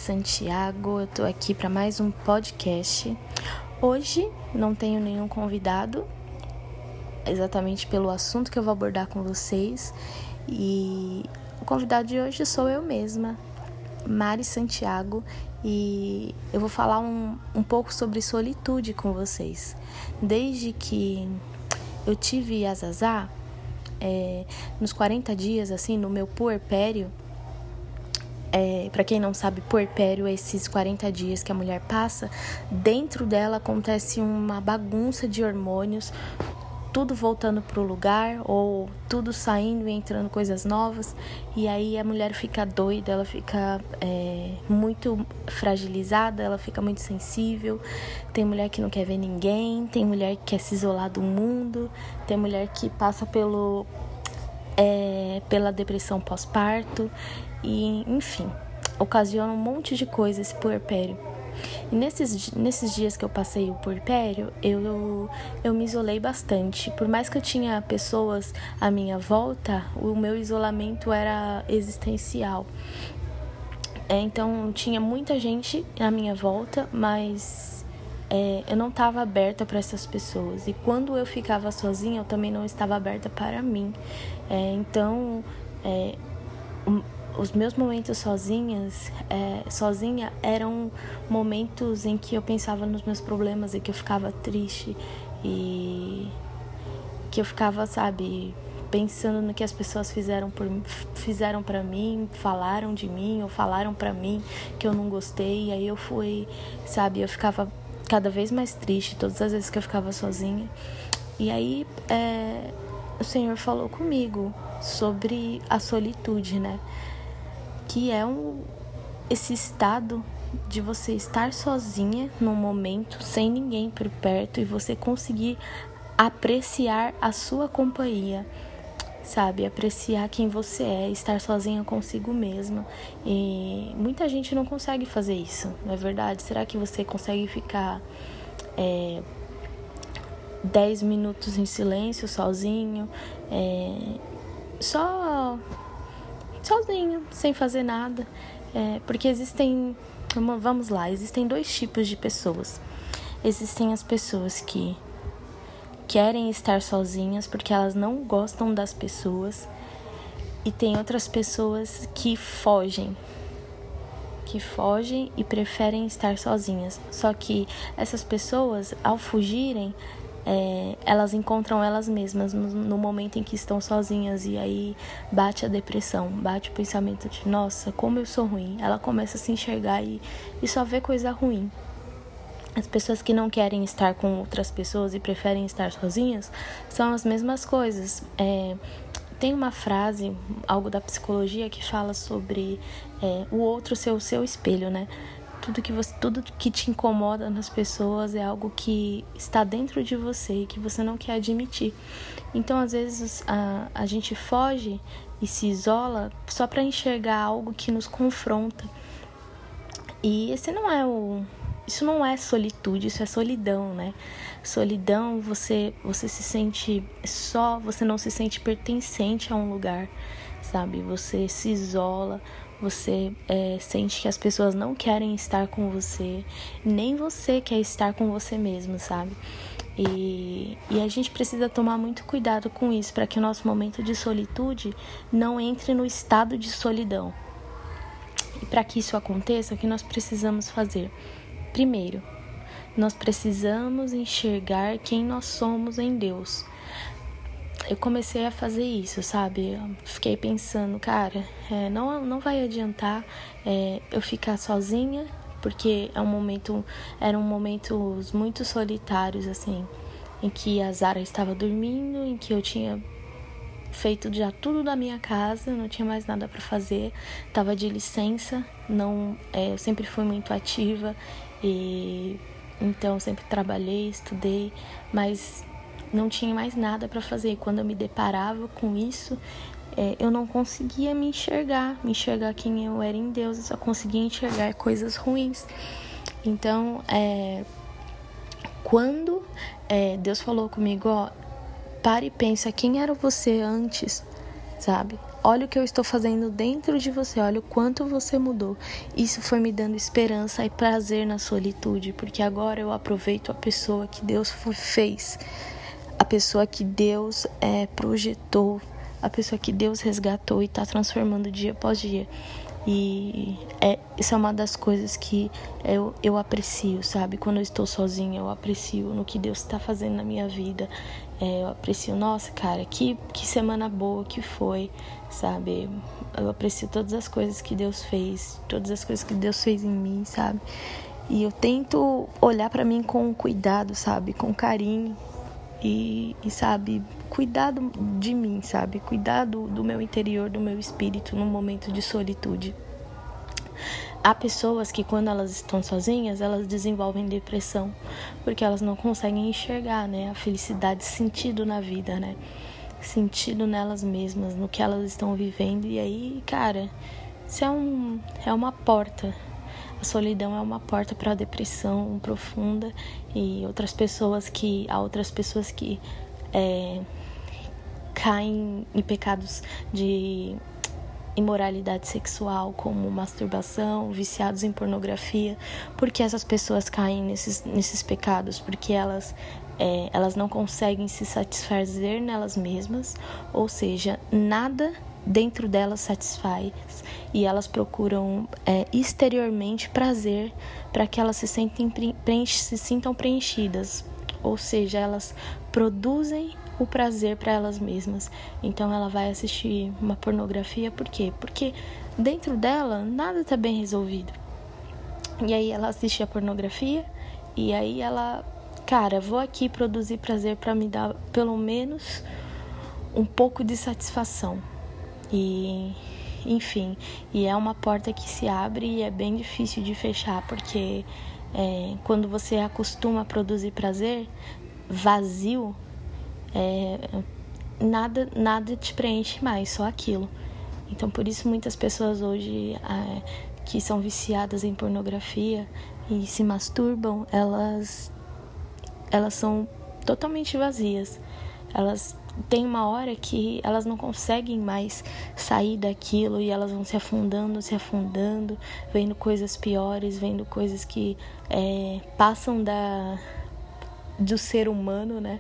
Santiago, eu tô aqui para mais um podcast. Hoje não tenho nenhum convidado, exatamente pelo assunto que eu vou abordar com vocês. E o convidado de hoje sou eu mesma, Mari Santiago, e eu vou falar um pouco sobre solitude com vocês. Desde que eu tive a Zazá, nos 40 dias, assim, no meu puerpério, para quem não sabe, puerpério é esses 40 dias que a mulher passa, dentro dela acontece uma bagunça de hormônios, tudo voltando pro lugar, ou tudo saindo e entrando coisas novas, e aí a mulher fica doida, ela fica muito fragilizada, ela fica muito sensível. Tem mulher que não quer ver ninguém, tem mulher que quer se isolar do mundo, tem mulher que passa pela depressão pós-parto, e enfim, ocasiona um monte de coisa esse puerpério. E nesses dias que eu passei o puerpério, eu me isolei bastante. Por mais que eu tinha pessoas à minha volta, o meu isolamento era existencial. Então tinha muita gente à minha volta, mas eu não estava aberta para essas pessoas. E quando eu ficava sozinha, eu também não estava aberta para mim. Os meus momentos sozinha eram momentos em que eu pensava nos meus problemas e que eu ficava triste e que eu ficava, pensando no que as pessoas fizeram para mim, falaram de mim ou falaram para mim que eu não gostei. E aí eu ficava cada vez mais triste todas as vezes que eu ficava sozinha. E aí o Senhor falou comigo sobre a solitude, né? Que é esse estado de você estar sozinha num momento, sem ninguém por perto, e você conseguir apreciar a sua companhia, apreciar quem você é, estar sozinha consigo mesma. E muita gente não consegue fazer isso, não é verdade? Será que você consegue ficar 10 minutos em silêncio, sozinho, sozinho, sem fazer nada? Porque existem dois tipos de pessoas. Existem as pessoas que querem estar sozinhas porque elas não gostam das pessoas, e tem outras pessoas que fogem e preferem estar sozinhas. Só que essas pessoas, ao fugirem, elas encontram elas mesmas no momento em que estão sozinhas, e aí bate a depressão, bate o pensamento de nossa, como eu sou ruim. Ela começa a se enxergar e só vê coisa ruim. As pessoas que não querem estar com outras pessoas e preferem estar sozinhas são as mesmas coisas. Tem uma frase, algo da psicologia, que fala sobre o outro ser o seu espelho, né? Tudo que te incomoda nas pessoas é algo que está dentro de você e que você não quer admitir. Então, às vezes, a gente foge e se isola só para enxergar algo que nos confronta. E isso não é solitude, isso é solidão, né? Solidão, você se sente só, você não se sente pertencente a um lugar, Você se isola, você sente que as pessoas não querem estar com você, nem você quer estar com você mesmo, E a gente precisa tomar muito cuidado com isso, para que o nosso momento de solitude não entre no estado de solidão. E para que isso aconteça, o que nós precisamos fazer? Primeiro, nós precisamos enxergar quem nós somos em Deus. Eu comecei a fazer isso, Eu fiquei pensando, não vai adiantar eu ficar sozinha, porque eram momentos muito solitários, em que a Zara estava dormindo, em que eu tinha feito já tudo da minha casa, não tinha mais nada para fazer, estava de licença, eu sempre fui muito ativa, e então sempre trabalhei, estudei, mas não tinha mais nada para fazer. E quando eu me deparava com isso, eu não conseguia me enxergar quem eu era em Deus, eu só conseguia enxergar coisas ruins. Então, quando Deus falou comigo, para e pensa, quem era você antes, olha o que eu estou fazendo dentro de você, olha o quanto você mudou. Isso foi me dando esperança e prazer na solitude, porque agora eu aproveito a pessoa que Deus fez, a pessoa que Deus projetou, a pessoa que Deus resgatou e está transformando dia após dia. E isso é uma das coisas que eu aprecio, sabe? Quando eu estou sozinha, eu aprecio no que Deus está fazendo na minha vida. Eu aprecio, nossa, cara, que semana boa que foi, sabe? Eu aprecio todas as coisas que Deus fez, todas as coisas que Deus fez em mim, sabe? E eu tento olhar pra mim com cuidado, sabe? Com carinho e sabe? Cuidado de mim, sabe? Cuidado do meu interior, do meu espírito no momento de solitude. Há pessoas que quando elas estão sozinhas, elas desenvolvem depressão, porque elas não conseguem enxergar, né, a felicidade, sentido na vida, né, sentido nelas mesmas, no que elas estão vivendo. E aí, cara, isso é uma porta. A solidão é uma porta para a depressão profunda e há outras pessoas que caem em pecados de imoralidade sexual, como masturbação, viciados em pornografia. Porque essas pessoas caem nesses pecados? Porque elas não conseguem se satisfazer nelas mesmas, ou seja, nada dentro delas satisfaz, e elas procuram exteriormente prazer para que elas se sintam preenchidas, ou seja, elas produzem o prazer para elas mesmas. Então ela vai assistir uma pornografia, por quê? Porque dentro dela nada está bem resolvido. E aí ela assiste a pornografia e aí ela, cara, vou aqui produzir prazer para me dar pelo menos um pouco de satisfação. E enfim, e é uma porta que se abre e é bem difícil de fechar, porque quando você acostuma a produzir prazer vazio, nada te preenche mais, só aquilo. Então por isso muitas pessoas hoje que são viciadas em pornografia e se masturbam, elas são totalmente vazias. Elas têm uma hora que elas não conseguem mais sair daquilo e elas vão se afundando, vendo coisas piores, vendo coisas que passam do ser humano, né?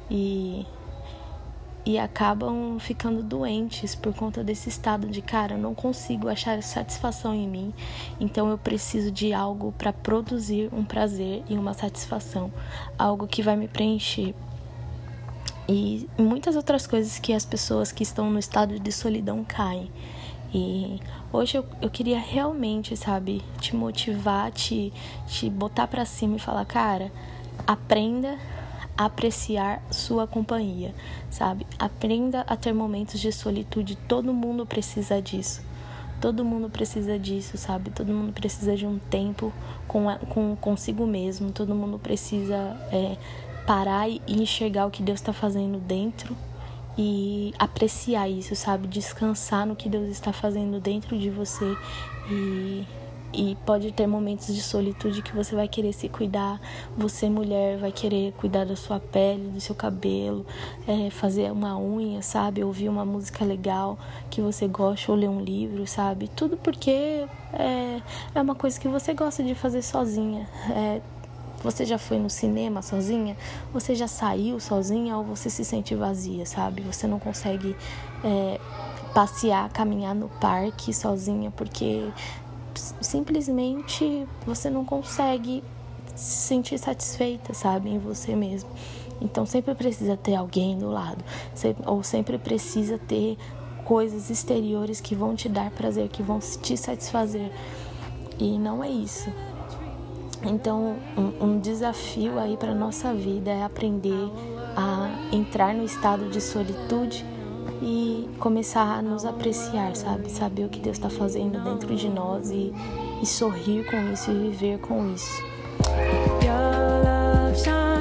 E acabam ficando doentes por conta desse estado de, cara, eu não consigo achar satisfação em mim, então eu preciso de algo para produzir um prazer e uma satisfação, algo que vai me preencher. E muitas outras coisas que as pessoas que estão no estado de solidão caem. E hoje eu queria realmente, sabe, te motivar, te botar pra cima e falar, cara, aprenda a apreciar sua companhia, sabe? Aprenda a ter momentos de solitude. Todo mundo precisa disso. Todo mundo precisa disso, sabe? Todo mundo precisa de um tempo consigo mesmo. Todo mundo precisa parar e enxergar o que Deus está fazendo dentro e apreciar isso, sabe? Descansar no que Deus está fazendo dentro de você. E pode ter momentos de solitude que você vai querer se cuidar. Você, mulher, vai querer cuidar da sua pele, do seu cabelo, fazer uma unha, sabe? Ouvir uma música legal que você gosta ou ler um livro, sabe? Tudo porque é uma coisa que você gosta de fazer sozinha. Você já foi no cinema sozinha? Você já saiu sozinha ou você se sente vazia, sabe? Você não consegue passear, caminhar no parque sozinha porque simplesmente você não consegue se sentir satisfeita, sabe, em você mesmo. Então sempre precisa ter alguém do lado, ou sempre precisa ter coisas exteriores que vão te dar prazer, que vão te satisfazer. E não é isso. Então um desafio aí para nossa vida é aprender a entrar no estado de solitude e começar a nos apreciar, sabe? Saber o que Deus está fazendo dentro de nós e sorrir com isso e viver com isso. Your love shines.